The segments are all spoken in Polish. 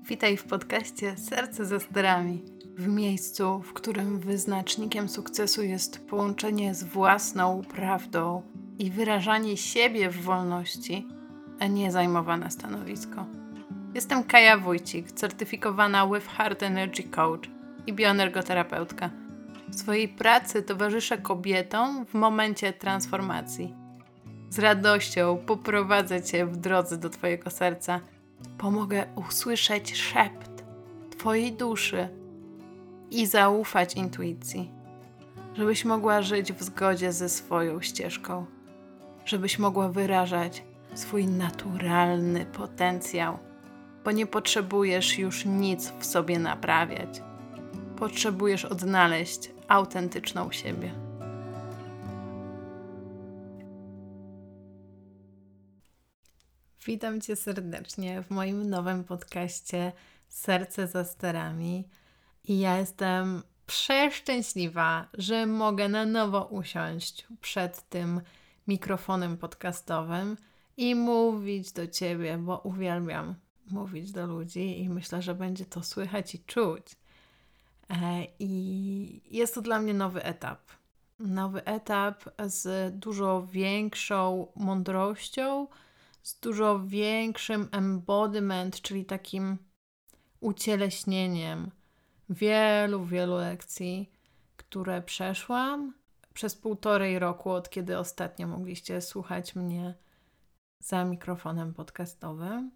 Witaj w podcaście Serce ze sterami. W miejscu, w którym wyznacznikiem sukcesu jest połączenie z własną prawdą i wyrażanie siebie w wolności, a nie zajmowane stanowisko. Jestem Kaja Wójcik, certyfikowana With Heart Energy Coach i bioenergoterapeutka. W swojej pracy towarzyszę kobietom w momencie transformacji. Z radością poprowadzę Cię w drodze do Twojego serca. Pomogę usłyszeć szept Twojej duszy i zaufać intuicji, żebyś mogła żyć w zgodzie ze swoją ścieżką, żebyś mogła wyrażać swój naturalny potencjał, bo nie potrzebujesz już nic w sobie naprawiać. Potrzebujesz odnaleźć autentyczną siebie. Witam Cię serdecznie w moim nowym podcaście Serce za sterami i ja jestem przeszczęśliwa, że mogę na nowo usiąść przed tym mikrofonem podcastowym i mówić do Ciebie, bo uwielbiam mówić do ludzi i myślę, że będzie to słychać i czuć. I jest to dla mnie nowy etap. Nowy etap z dużo większą mądrością, z dużo większym embodiment, czyli takim ucieleśnieniem wielu lekcji, które przeszłam przez 1,5 roku, od kiedy ostatnio mogliście słuchać mnie za mikrofonem podcastowym.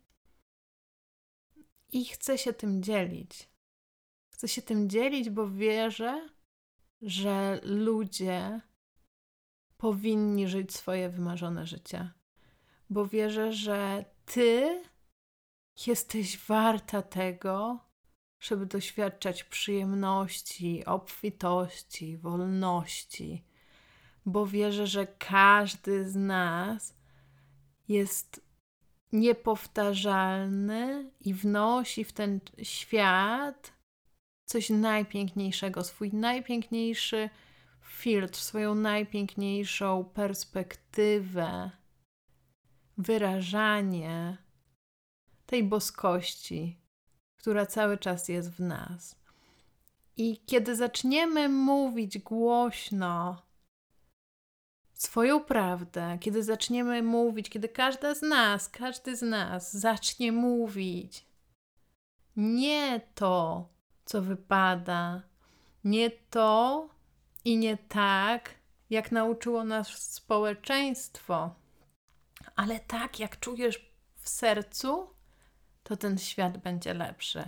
I chcę się tym dzielić. Chcę się tym dzielić, bo wierzę, że ludzie powinni żyć swoje wymarzone życie. Bo wierzę, że Ty jesteś warta tego, żeby doświadczać przyjemności, obfitości, wolności. Bo wierzę, że każdy z nas jest niepowtarzalny i wnosi w ten świat coś najpiękniejszego, swój najpiękniejszy filtr, swoją najpiękniejszą perspektywę, wyrażanie tej boskości, która cały czas jest w nas. I kiedy zaczniemy mówić głośno swoją prawdę, kiedy zaczniemy mówić, kiedy każdy z nas zacznie mówić nie to, co wypada, nie to i nie tak, jak nauczyło nas społeczeństwo, ale tak, jak czujesz w sercu, to ten świat będzie lepszy.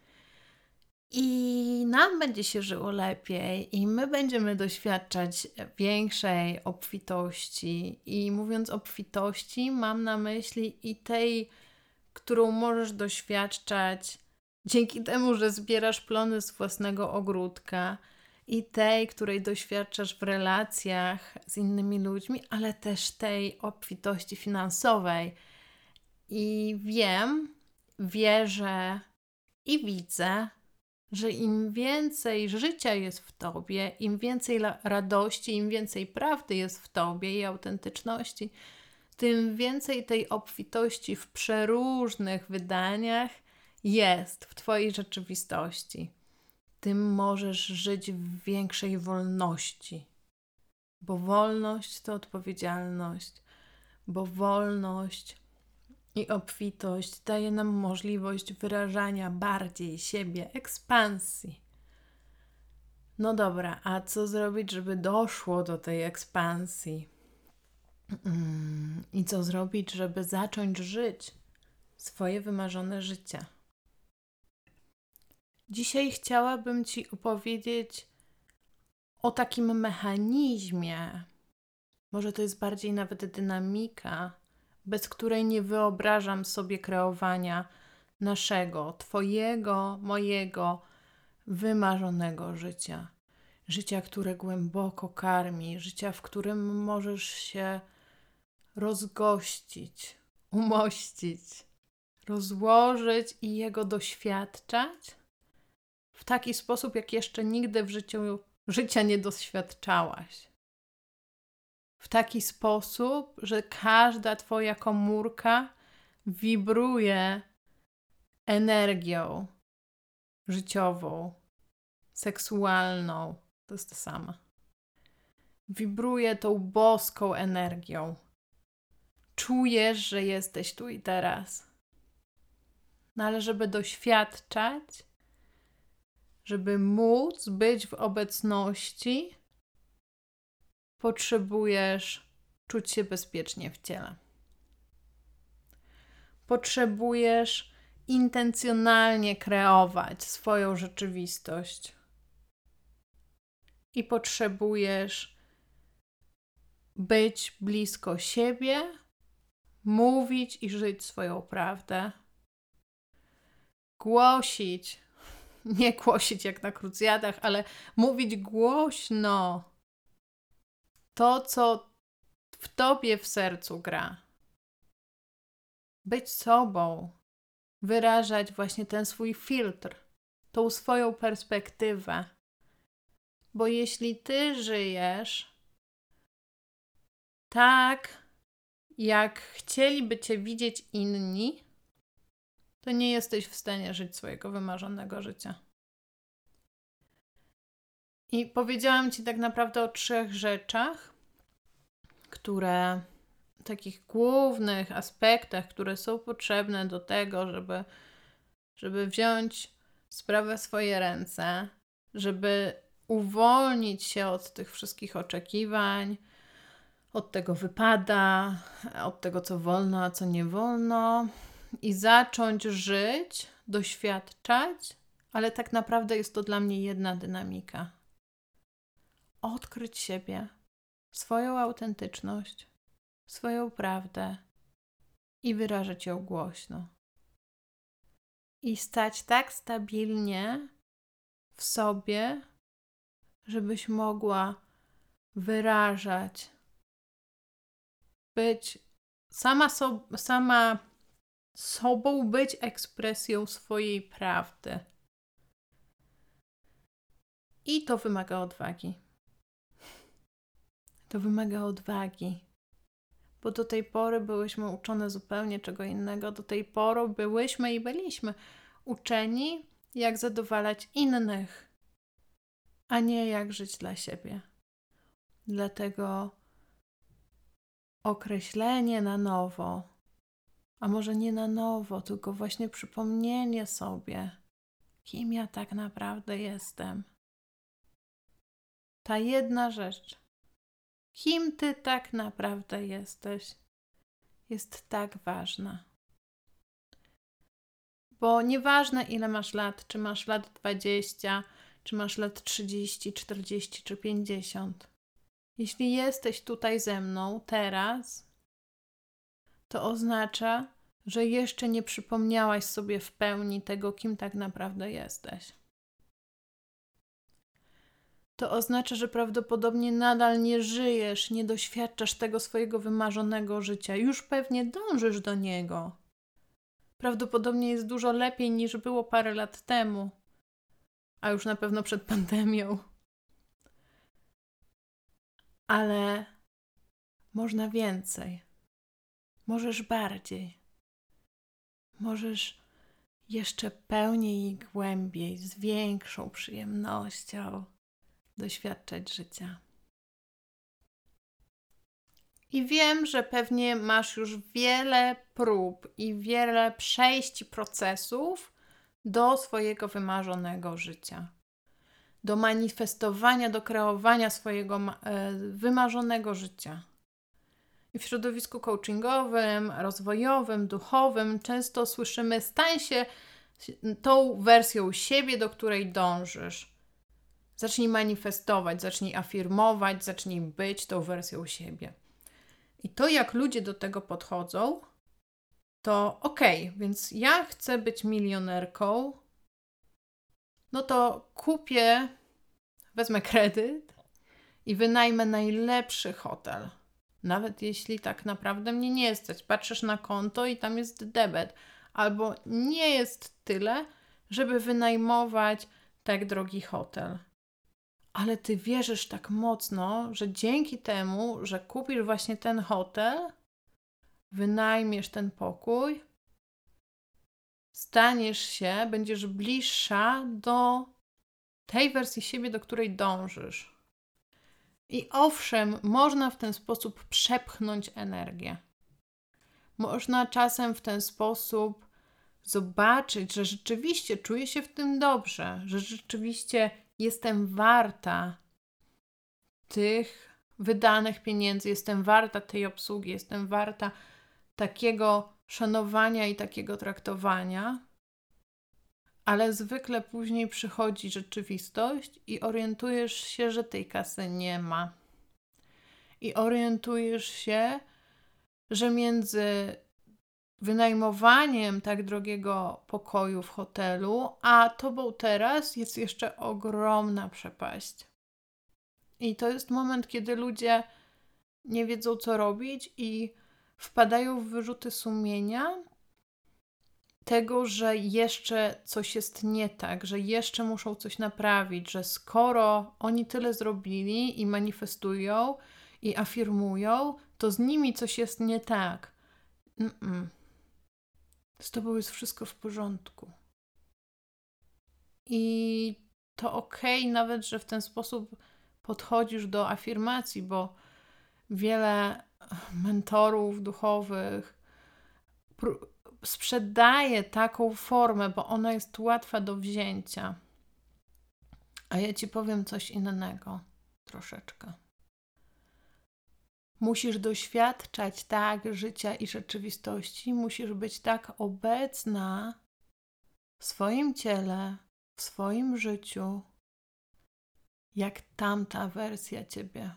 I nam będzie się żyło lepiej i my będziemy doświadczać większej obfitości. I mówiąc obfitości, mam na myśli i tej, którą możesz doświadczać dzięki temu, że zbierasz plony z własnego ogródka, i tej, której doświadczasz w relacjach z innymi ludźmi, ale też tej obfitości finansowej. I wierzę i widzę, że im więcej życia jest w Tobie, im więcej radości, im więcej prawdy jest w Tobie i autentyczności, tym więcej tej obfitości w przeróżnych wydaniach jest w Twojej rzeczywistości. Tym możesz żyć w większej wolności, bo wolność to odpowiedzialność, bo wolność i obfitość daje nam możliwość wyrażania bardziej siebie, ekspansji. No dobra, a co zrobić, żeby doszło do tej ekspansji? I co zrobić, żeby zacząć żyć swoje wymarzone życie? Dzisiaj chciałabym Ci opowiedzieć o takim mechanizmie, może to jest bardziej nawet dynamika, bez której nie wyobrażam sobie kreowania naszego, Twojego, mojego wymarzonego życia. Życia, które głęboko karmi, życia, w którym możesz się rozgościć, umościć, rozłożyć i jego doświadczać w taki sposób, jak jeszcze nigdy w życiu życia nie doświadczałaś. W taki sposób, że każda Twoja komórka wibruje energią życiową, seksualną. To jest to samo. Wibruje tą boską energią. Czujesz, że jesteś tu i teraz. No ale żeby doświadczać, żeby móc być w obecności, potrzebujesz czuć się bezpiecznie w ciele. Potrzebujesz intencjonalnie kreować swoją rzeczywistość. I potrzebujesz być blisko siebie, mówić i żyć swoją prawdę. Głosić, nie głosić jak na krucjatach, ale mówić głośno to, co w tobie w sercu gra. Być sobą, wyrażać właśnie ten swój filtr, tą swoją perspektywę. Bo jeśli ty żyjesz tak, jak chcieliby cię widzieć inni, to nie jesteś w stanie żyć swojego wymarzonego życia. I powiedziałam ci tak naprawdę o 3 rzeczach, takich głównych aspektach, które są potrzebne do tego, żeby wziąć sprawę w swoje ręce, żeby uwolnić się od tych wszystkich oczekiwań, od tego wypada, od tego, co wolno, a co nie wolno i zacząć żyć, doświadczać, ale tak naprawdę jest to dla mnie jedna dynamika. Odkryć siebie, swoją autentyczność, swoją prawdę i wyrażać ją głośno. I stać tak stabilnie w sobie, żebyś mogła wyrażać, być sama sobą, być ekspresją swojej prawdy. I to wymaga odwagi. To wymaga odwagi. Bo do tej pory byłyśmy uczone zupełnie czego innego. Do tej pory byłyśmy i byliśmy uczeni, jak zadowalać innych, a nie jak żyć dla siebie. Dlatego określenie na nowo, a może nie na nowo, tylko właśnie przypomnienie sobie, kim ja tak naprawdę jestem. Ta jedna rzecz, kim ty tak naprawdę jesteś, jest tak ważna. Bo nieważne ile masz lat, czy masz lat 20, czy masz lat 30, 40 czy 50. Jeśli jesteś tutaj ze mną teraz, to oznacza, że jeszcze nie przypomniałaś sobie w pełni tego, kim tak naprawdę jesteś. To oznacza, że prawdopodobnie nadal nie żyjesz, nie doświadczasz tego swojego wymarzonego życia. Już pewnie dążysz do niego. Prawdopodobnie jest dużo lepiej niż było parę lat temu, a już na pewno przed pandemią. Ale można więcej. Możesz bardziej. Możesz jeszcze pełniej i głębiej, z większą przyjemnością doświadczać życia. I wiem, że pewnie masz już wiele prób i wiele przejść i procesów do swojego wymarzonego życia. Do manifestowania, do kreowania swojego wymarzonego życia. I w środowisku coachingowym, rozwojowym, duchowym często słyszymy: stań się tą wersją siebie, do której dążysz. Zacznij manifestować, zacznij afirmować, zacznij być tą wersją siebie. I to, jak ludzie do tego podchodzą, to więc ja chcę być milionerką, no to wezmę kredyt i wynajmę najlepszy hotel. Nawet jeśli tak naprawdę mnie nie stać. Patrzysz na konto i tam jest debet. Albo nie jest tyle, żeby wynajmować tak drogi hotel. Ale ty wierzysz tak mocno, że dzięki temu, że kupisz właśnie ten hotel, wynajmiesz ten pokój, będziesz bliższa do tej wersji siebie, do której dążysz. I owszem, można w ten sposób przepchnąć energię. Można czasem w ten sposób zobaczyć, że rzeczywiście czuję się w tym dobrze, że rzeczywiście jestem warta tych wydanych pieniędzy, jestem warta tej obsługi, jestem warta takiego szanowania i takiego traktowania, ale zwykle później przychodzi rzeczywistość i orientujesz się, że tej kasy nie ma. I orientujesz się, że między wynajmowaniem tak drogiego pokoju w hotelu, a tobą teraz jest jeszcze ogromna przepaść. I to jest moment, kiedy ludzie nie wiedzą, co robić i wpadają w wyrzuty sumienia tego, że jeszcze coś jest nie tak, że jeszcze muszą coś naprawić, że skoro oni tyle zrobili i manifestują i afirmują, to z nimi coś jest nie tak. Z tobą jest wszystko w porządku. I to okej, nawet, że w ten sposób podchodzisz do afirmacji, bo wiele mentorów duchowych sprzedaje taką formę, bo ona jest łatwa do wzięcia. A ja ci powiem coś innego troszeczkę. Musisz doświadczać tak życia i rzeczywistości, musisz być tak obecna w swoim ciele, w swoim życiu, jak tamta wersja ciebie,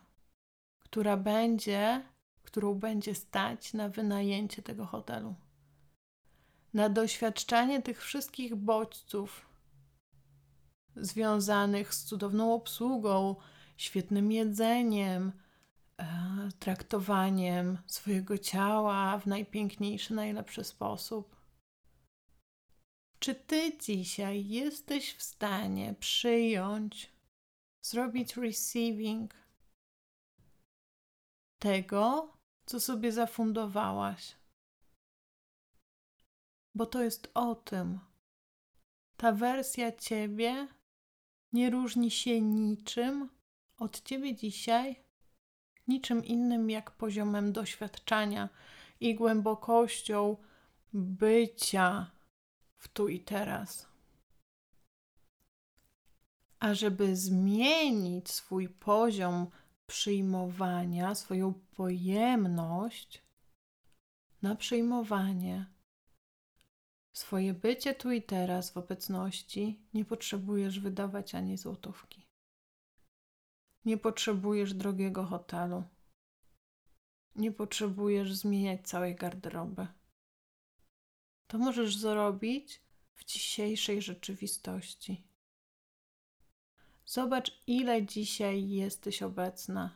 którą będzie stać na wynajęcie tego hotelu. Na doświadczanie tych wszystkich bodźców związanych z cudowną obsługą, świetnym jedzeniem, traktowaniem swojego ciała w najpiękniejszy, najlepszy sposób. Czy ty dzisiaj jesteś w stanie przyjąć, zrobić receiving tego, co sobie zafundowałaś? Bo to jest o tym. Ta wersja ciebie nie różni się niczym od ciebie dzisiaj, niczym innym jak poziomem doświadczania i głębokością bycia w tu i teraz. A żeby zmienić swój poziom przyjmowania, swoją pojemność na przyjmowanie, swoje bycie tu i teraz w obecności, nie potrzebujesz wydawać ani złotówki. Nie potrzebujesz drogiego hotelu. Nie potrzebujesz zmieniać całej garderoby. To możesz zrobić w dzisiejszej rzeczywistości. Zobacz, ile dzisiaj jesteś obecna.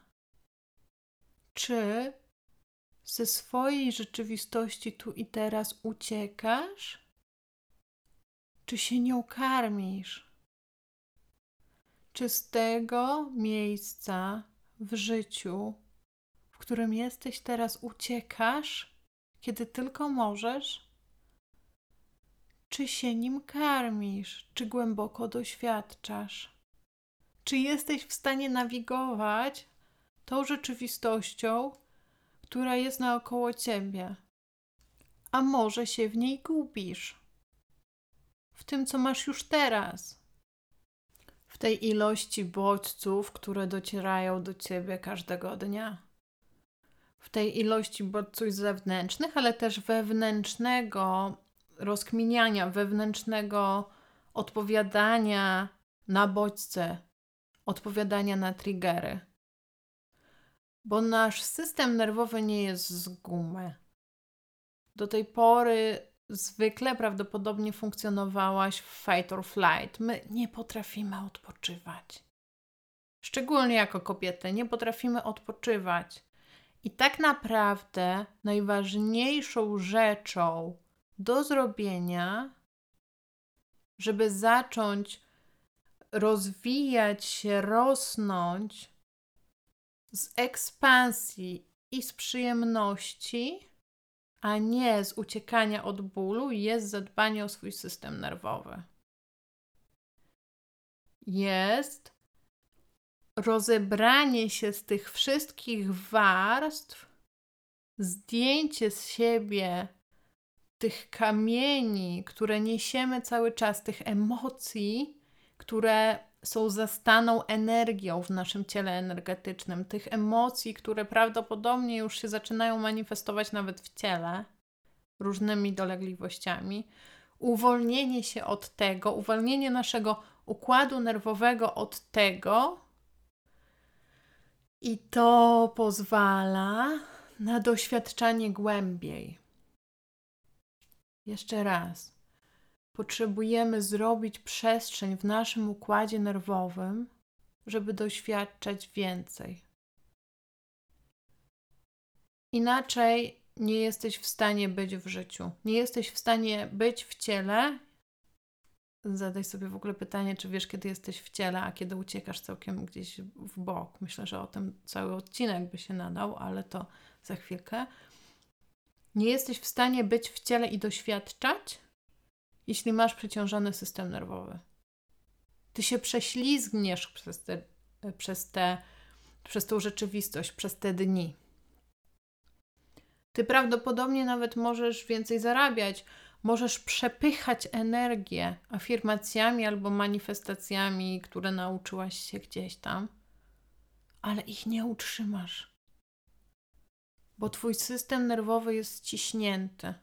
Czy ze swojej rzeczywistości tu i teraz uciekasz? Czy się nią karmisz? Czy z tego miejsca w życiu, w którym jesteś teraz, uciekasz, kiedy tylko możesz? Czy się nim karmisz? Czy głęboko doświadczasz? Czy jesteś w stanie nawigować tą rzeczywistością, która jest naokoło ciebie? A może się w niej gubisz? W tym, co masz już teraz? W tej ilości bodźców, które docierają do ciebie każdego dnia? W tej ilości bodźców zewnętrznych, ale też wewnętrznego rozkminiania, wewnętrznego odpowiadania na bodźce, odpowiadania na triggery. Bo nasz system nerwowy nie jest z gumy. Do tej pory zwykle prawdopodobnie funkcjonowałaś w fight or flight. My nie potrafimy odpoczywać. Szczególnie jako kobiety nie potrafimy odpoczywać. I tak naprawdę najważniejszą rzeczą do zrobienia, żeby zacząć rozwijać się, rosnąć z ekspansji i z przyjemności, a nie z uciekania od bólu, jest zadbanie o swój system nerwowy. Jest rozebranie się z tych wszystkich warstw, zdjęcie z siebie tych kamieni, które niesiemy cały czas, tych emocji, które są zastaną energią w naszym ciele energetycznym, tych emocji, które prawdopodobnie już się zaczynają manifestować nawet w ciele, różnymi dolegliwościami. Uwolnienie się od tego, uwolnienie naszego układu nerwowego od tego, i to pozwala na doświadczanie głębiej. Jeszcze raz. Potrzebujemy zrobić przestrzeń w naszym układzie nerwowym, żeby doświadczać więcej. Inaczej nie jesteś w stanie być w życiu. Nie jesteś w stanie być w ciele. Zadaj sobie w ogóle pytanie, czy wiesz, kiedy jesteś w ciele, a kiedy uciekasz całkiem gdzieś w bok. Myślę, że o tym cały odcinek by się nadał, ale to za chwilkę. Nie jesteś w stanie być w ciele i doświadczać, jeśli masz przeciążony system nerwowy. Ty się prześlizgniesz przez tą rzeczywistość, przez te dni. Ty prawdopodobnie nawet możesz więcej zarabiać, możesz przepychać energię afirmacjami albo manifestacjami, które nauczyłaś się gdzieś tam, ale ich nie utrzymasz, bo twój system nerwowy jest ściśnięty.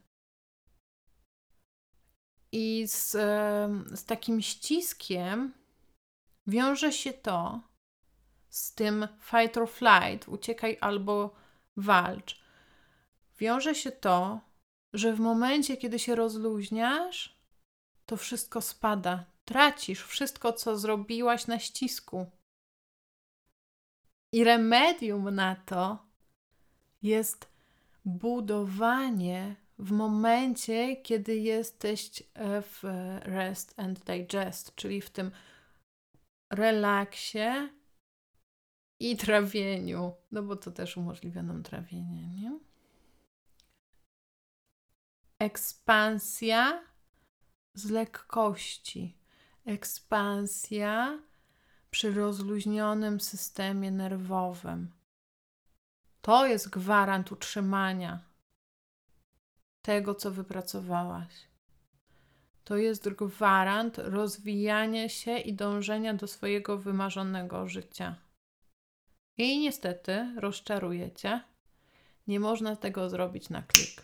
I z takim ściskiem wiąże się to z tym fight or flight, uciekaj albo walcz. Wiąże się to, że w momencie, kiedy się rozluźniasz, to wszystko spada. Tracisz wszystko, co zrobiłaś na ścisku. I remedium na to jest budowanie w momencie, kiedy jesteś w rest and digest, czyli w tym relaksie i trawieniu, no bo to też umożliwia nam trawienie, nie? Ekspansja z lekkości. Ekspansja przy rozluźnionym systemie nerwowym. To jest gwarant utrzymania tego, co wypracowałaś. To jest gwarant rozwijania się i dążenia do swojego wymarzonego życia. I niestety, rozczaruję Cię, nie można tego zrobić na klik.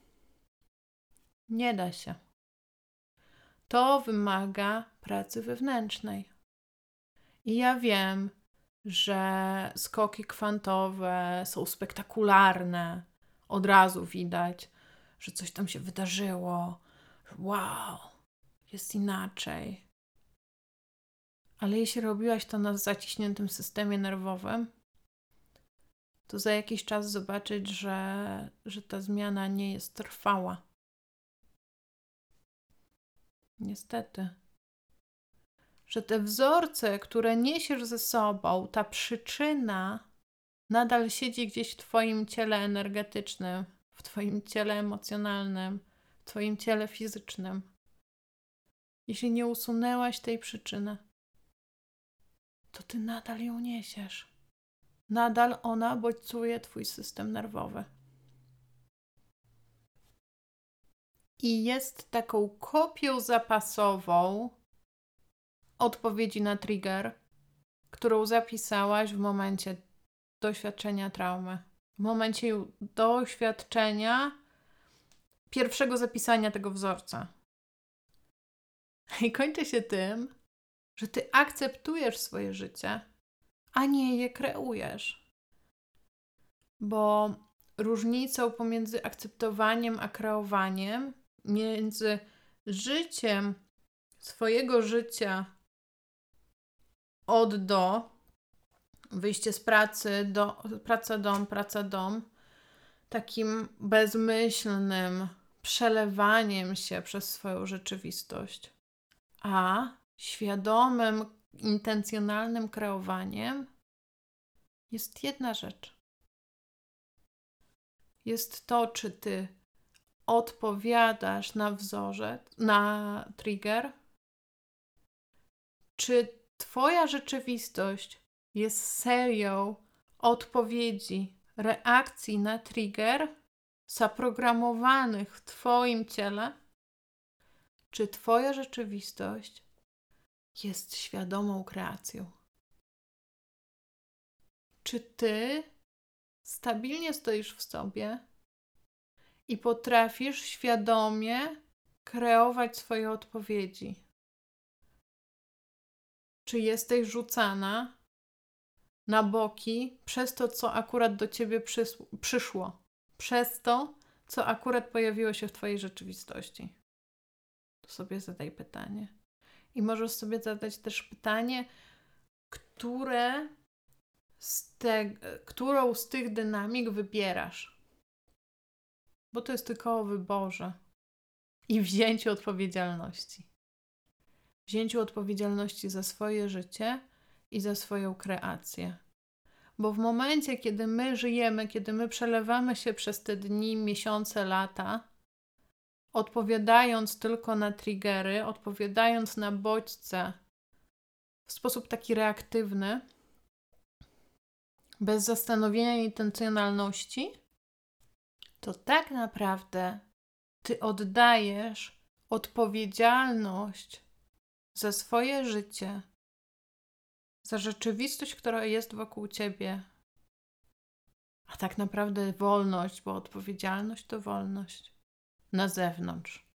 Nie da się. To wymaga pracy wewnętrznej. I ja wiem, że skoki kwantowe są spektakularne. Od razu widać, że coś tam się wydarzyło. Wow, jest inaczej. Ale jeśli robiłaś to na zaciśniętym systemie nerwowym, to za jakiś czas zobaczyć, że ta zmiana nie jest trwała. Niestety. Że te wzorce, które niesiesz ze sobą, ta przyczyna nadal siedzi gdzieś w Twoim ciele energetycznym, w Twoim ciele emocjonalnym, w Twoim ciele fizycznym. Jeśli nie usunęłaś tej przyczyny, to Ty nadal ją niesiesz. Nadal ona bodźcuje Twój system nerwowy. I jest taką kopią zapasową odpowiedzi na trigger, którą zapisałaś w momencie doświadczenia traumy. W momencie doświadczenia pierwszego zapisania tego wzorca. I kończy się tym, że Ty akceptujesz swoje życie, a nie je kreujesz. Bo różnicą pomiędzy akceptowaniem a kreowaniem, między życiem swojego życia od do, wyjście z pracy, praca, dom, takim bezmyślnym przelewaniem się przez swoją rzeczywistość, a świadomym, intencjonalnym kreowaniem jest jedna rzecz. Jest to, czy Ty odpowiadasz na wzorzec, na trigger? Czy twoja rzeczywistość jest serią odpowiedzi, reakcji na trigger zaprogramowanych w twoim ciele? Czy twoja rzeczywistość jest świadomą kreacją? Czy ty stabilnie stoisz w sobie i potrafisz świadomie kreować swoje odpowiedzi? Czy jesteś rzucana na boki przez to, co akurat do ciebie przyszło? Przez to, co akurat pojawiło się w twojej rzeczywistości? To sobie zadaj pytanie. I możesz sobie zadać też pytanie, którą z tych dynamik wybierasz? Bo to jest tylko o wyborze i wzięciu odpowiedzialności. Wzięciu odpowiedzialności za swoje życie i za swoją kreację. Bo w momencie, kiedy my żyjemy, kiedy my przelewamy się przez te dni, miesiące, lata, odpowiadając tylko na triggery, odpowiadając na bodźce w sposób taki reaktywny, bez zastanowienia i intencjonalności, to tak naprawdę ty oddajesz odpowiedzialność za swoje życie, za rzeczywistość, która jest wokół ciebie. A tak naprawdę wolność, bo odpowiedzialność to wolność na zewnątrz.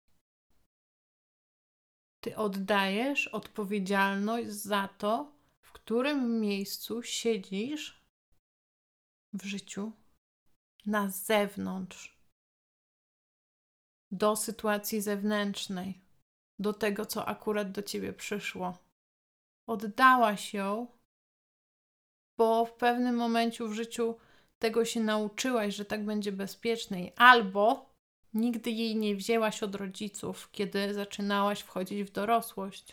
Ty oddajesz odpowiedzialność za to, w którym miejscu siedzisz w życiu na zewnątrz, do sytuacji zewnętrznej, do tego, co akurat do ciebie przyszło. Oddałaś ją, bo w pewnym momencie w życiu tego się nauczyłaś, że tak będzie bezpieczniej, albo nigdy jej nie wzięłaś od rodziców, kiedy zaczynałaś wchodzić w dorosłość.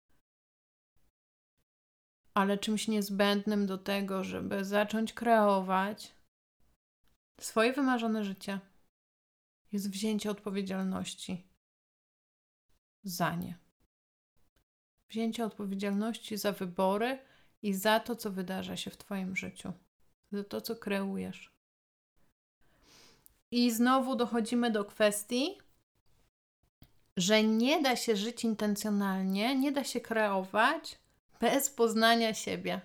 Ale czymś niezbędnym do tego, żeby zacząć kreować swoje wymarzone życie, jest wzięcie odpowiedzialności za nie. Wzięcie odpowiedzialności za wybory i za to, co wydarza się w twoim życiu. Za to, co kreujesz. I znowu dochodzimy do kwestii, że nie da się żyć intencjonalnie, nie da się kreować bez poznania siebie.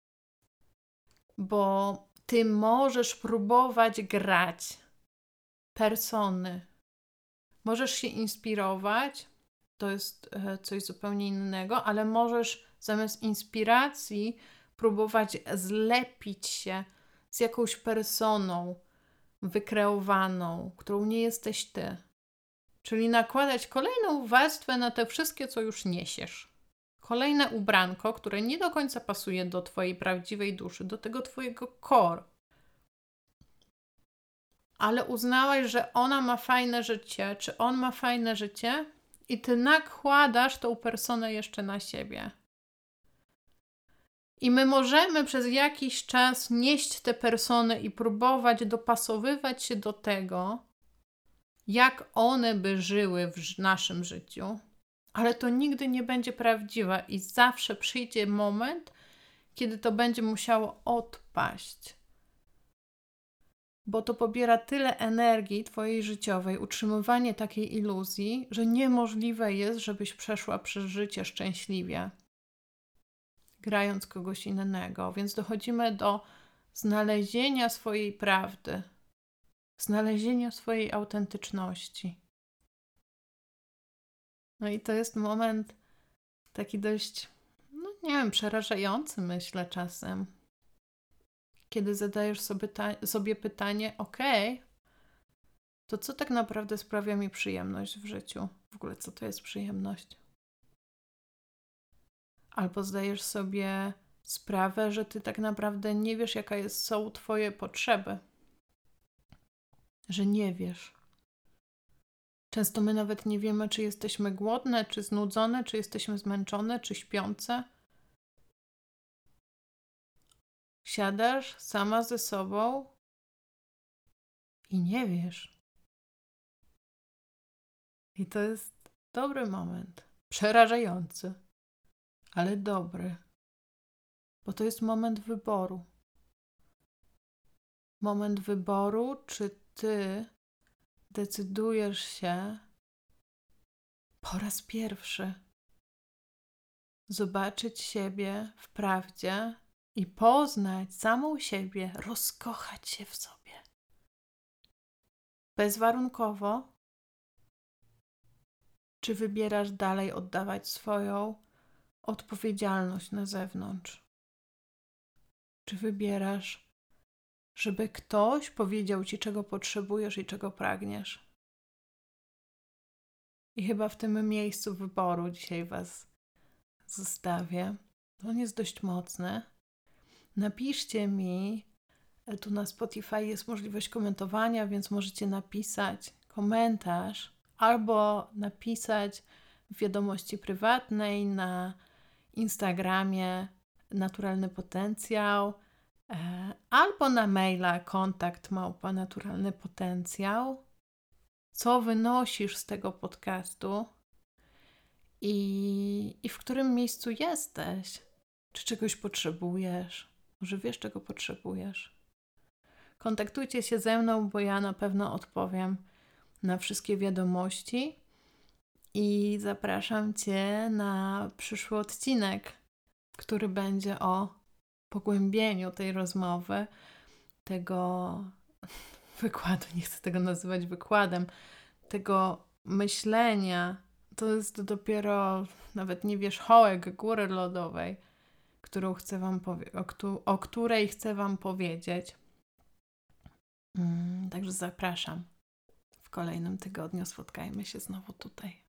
Bo ty możesz próbować grać persony. Możesz się inspirować, to jest coś zupełnie innego, ale możesz zamiast inspiracji próbować zlepić się z jakąś personą wykreowaną, którą nie jesteś ty. Czyli nakładać kolejną warstwę na te wszystkie, co już niesiesz. Kolejne ubranko, które nie do końca pasuje do twojej prawdziwej duszy, do tego twojego core. Ale uznałaś, że ona ma fajne życie, czy on ma fajne życie i ty nakładasz tą personę jeszcze na siebie. I my możemy przez jakiś czas nieść te persony i próbować dopasowywać się do tego, jak one by żyły w naszym życiu, ale to nigdy nie będzie prawdziwe i zawsze przyjdzie moment, kiedy to będzie musiało odpaść. Bo to pobiera tyle energii twojej życiowej, utrzymywanie takiej iluzji, że niemożliwe jest, żebyś przeszła przez życie szczęśliwie, grając kogoś innego. Więc dochodzimy do znalezienia swojej prawdy, znalezienia swojej autentyczności. No i to jest moment taki dość, nie wiem, przerażający, myślę czasem. Kiedy zadajesz sobie pytanie, to co tak naprawdę sprawia mi przyjemność w życiu? W ogóle co to jest przyjemność? Albo zdajesz sobie sprawę, że ty tak naprawdę nie wiesz, jakie są twoje potrzeby. Że nie wiesz. Często my nawet nie wiemy, czy jesteśmy głodne, czy znudzone, czy jesteśmy zmęczone, czy śpiące. Siadasz sama ze sobą i nie wiesz. I to jest dobry moment. Przerażający, ale dobry. Bo to jest moment wyboru. Moment wyboru, czy ty decydujesz się po raz pierwszy zobaczyć siebie w prawdzie i poznać samą siebie, rozkochać się w sobie. Bezwarunkowo, czy wybierasz dalej oddawać swoją odpowiedzialność na zewnątrz? Czy wybierasz, żeby ktoś powiedział ci, czego potrzebujesz i czego pragniesz? I chyba w tym miejscu wyboru dzisiaj was zostawię. On jest dość mocny. Napiszcie mi, tu na Spotify jest możliwość komentowania, więc możecie napisać komentarz albo napisać w wiadomości prywatnej na Instagramie Naturalny Potencjał albo na maila kontakt@naturalnypotencjał, co wynosisz z tego podcastu i w którym miejscu jesteś. Czy czegoś potrzebujesz? Może wiesz, czego potrzebujesz? Kontaktujcie się ze mną, bo ja na pewno odpowiem na wszystkie wiadomości i zapraszam Cię na przyszły odcinek, który będzie o pogłębieniu tej rozmowy, tego wykładu, nie chcę tego nazywać wykładem, tego myślenia. To jest dopiero nawet nie wierzchołek góry lodowej, o której chcę Wam powiedzieć. Także zapraszam. W kolejnym tygodniu spotkajmy się znowu tutaj.